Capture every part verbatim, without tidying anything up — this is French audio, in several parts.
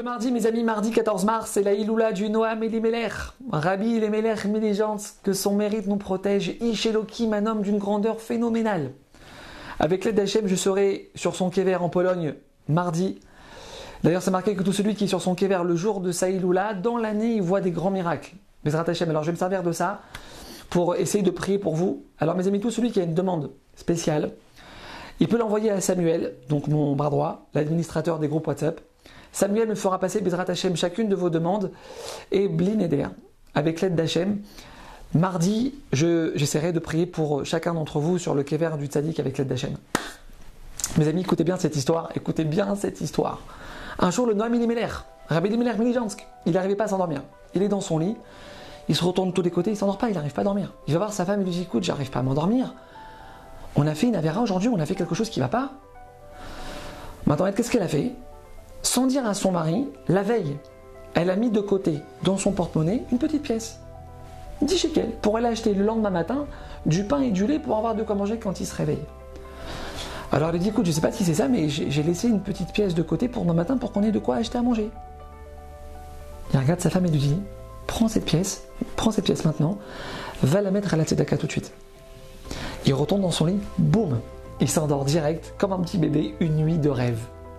Ce mardi, mes amis, mardi quatorze mars, c'est la Iloula du Noam Elimelech. Rabbi Elimelech Milijans, que son mérite nous protège. Ish Elohim, un homme d'une grandeur phénoménale. Avec l'aide d'Hachem, je serai sur son kéver en Pologne mardi. D'ailleurs, c'est marqué que tout celui qui est sur son kéver le jour de sa Iloula, dans l'année, il voit des grands miracles. Bezrat Hachem, alors je vais me servir de ça pour essayer de prier pour vous. Alors mes amis, tout celui qui a une demande spéciale, il peut l'envoyer à Samuel, donc mon bras droit, l'administrateur des groupes WhatsApp. Samuel me fera passer Bezrat Hachem chacune de vos demandes et Bli Neder, avec l'aide d'Hachem. Mardi, je, j'essaierai de prier pour chacun d'entre vous sur le kéver du tzaddik avec l'aide d'Hachem. Mes amis, écoutez bien cette histoire, écoutez bien cette histoire. Un jour, le Noam Elimelech, Rabbi Elimelech Milijansk, il n'arrivait pas à s'endormir. Il est dans son lit, il se retourne de tous les côtés, il ne s'endort pas, il n'arrive pas à dormir. Il va voir sa femme, il lui dit, écoute, j'arrive pas à m'endormir. On a fait une avéra aujourd'hui, on a fait quelque chose qui ne va pas. Maintenant, qu'est-ce qu'elle a fait? Sans dire à son mari, la veille, elle a mis de côté dans son porte-monnaie une petite pièce. dix shekels pour aller acheter le lendemain matin du pain et du lait pour avoir de quoi manger quand il se réveille. Alors elle lui dit, écoute, je ne sais pas si c'est ça, mais j'ai laissé une petite pièce de côté pour demain matin pour qu'on ait de quoi acheter à manger. Il regarde sa femme et lui dit, prends cette pièce, prends cette pièce maintenant, va la mettre à la tzedaka tout de suite. Il retourne dans son lit, boum, il s'endort direct, comme un petit bébé, une nuit de rêve.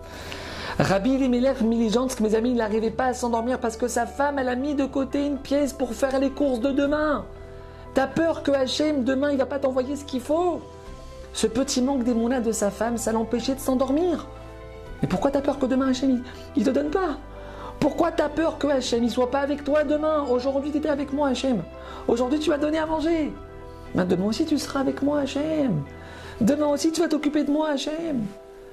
Rabbi Elimelech Milijansk, mes amis, il n'arrivait pas à s'endormir parce que sa femme, elle a mis de côté une pièce pour faire les courses de demain. T'as peur que Hachem, demain, il va pas t'envoyer ce qu'il faut? Ce petit manque d'émouna de sa femme, ça l'empêchait de s'endormir. Mais pourquoi t'as peur que demain, Hachem, il te donne pas? Pourquoi t'as peur que Hachem, il soit pas avec toi demain? Aujourd'hui, tu étais avec moi, Hachem. Aujourd'hui, tu m'as donné à manger. Mais demain aussi, tu seras avec moi, Hachem. Demain aussi, tu vas t'occuper de moi, Hachem.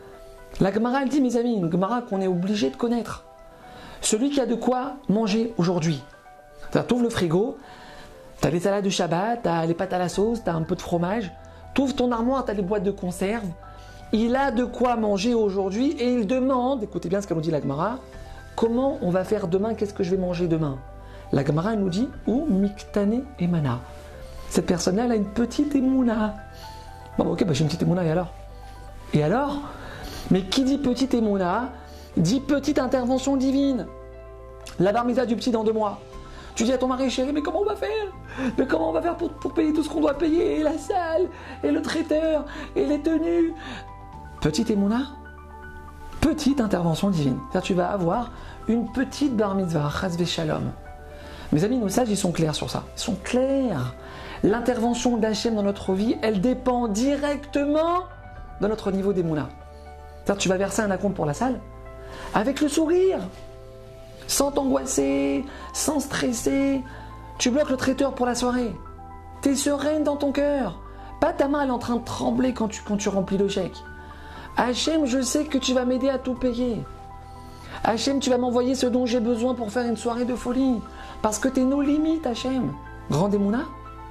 La Gemara, elle dit, mes amis, une Gemara qu'on est obligé de connaître. Celui qui a de quoi manger aujourd'hui. Tu ouvres le frigo, tu as les salades de Shabbat, tu as les pâtes à la sauce, tu as un peu de fromage. Tu ouvres ton armoire, tu as les boîtes de conserve. Il a de quoi manger aujourd'hui et il demande, écoutez bien ce qu'elle nous dit la Gemara, comment on va faire demain, qu'est-ce que je vais manger demain? La Gemara, elle nous dit, ou miktane emana. Cette personne-là, elle a une petite émouna. Bon, ok, bah, j'ai une petite émouna et alors? Et alors? Mais qui dit petite émouna, dit petite intervention divine. La bar mitzvah du petit dans deux mois. Tu dis à ton mari, chéri, mais comment on va faire? Mais comment on va faire pour, pour payer tout ce qu'on doit payer? Et la salle, et le traiteur, et les tenues. Petite émouna, petite intervention divine. C'est-à-dire tu vas avoir une petite bar mitzvah, chas v'shalom. Mes amis, nos sages, ils sont clairs sur ça. Ils sont clairs. L'intervention d'Hachem dans notre vie, elle dépend directement de notre niveau d'émouna. C'est-à-dire tu vas verser un acompte pour la salle avec le sourire, sans t'angoisser, sans stresser. Tu bloques le traiteur pour la soirée. Tu es sereine dans ton cœur. Pas ta main elle est en train de trembler quand tu, quand tu remplis le chèque. Hachem, je sais que tu vas m'aider à tout payer. Hachem, tu vas m'envoyer ce dont j'ai besoin pour faire une soirée de folie. Parce que tu es nos limites, Hachem. Grand Emouna,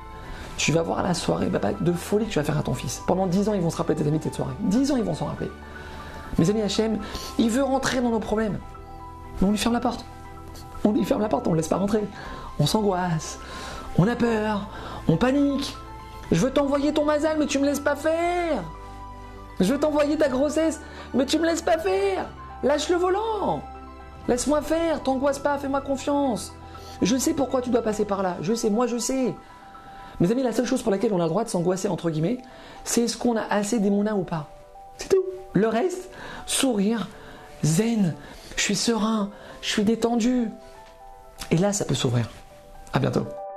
tu vas voir la soirée de folie que tu vas faire à ton fils. Pendant dix ans, ils vont se rappeler de tes amis de cette soirée. dix ans, ils vont s'en rappeler. Mes amis, Hachem, il veut rentrer dans nos problèmes. Mais on lui ferme la porte. On lui ferme la porte, on ne le laisse pas rentrer. On s'angoisse, on a peur, on panique. Je veux t'envoyer ton mazal, mais tu ne me laisses pas faire. Je veux t'envoyer ta grossesse, mais tu ne me laisses pas faire. Lâche le volant. Laisse-moi faire, t'angoisse pas, fais-moi confiance. Je sais pourquoi tu dois passer par là. Je sais, moi je sais. Mes amis, la seule chose pour laquelle on a le droit de s'angoisser, entre guillemets, c'est est-ce qu'on a assez d'émouna ou pas. C'est tout. Le reste, sourire, zen, je suis serein, je suis détendu. Et là, ça peut s'ouvrir. À bientôt.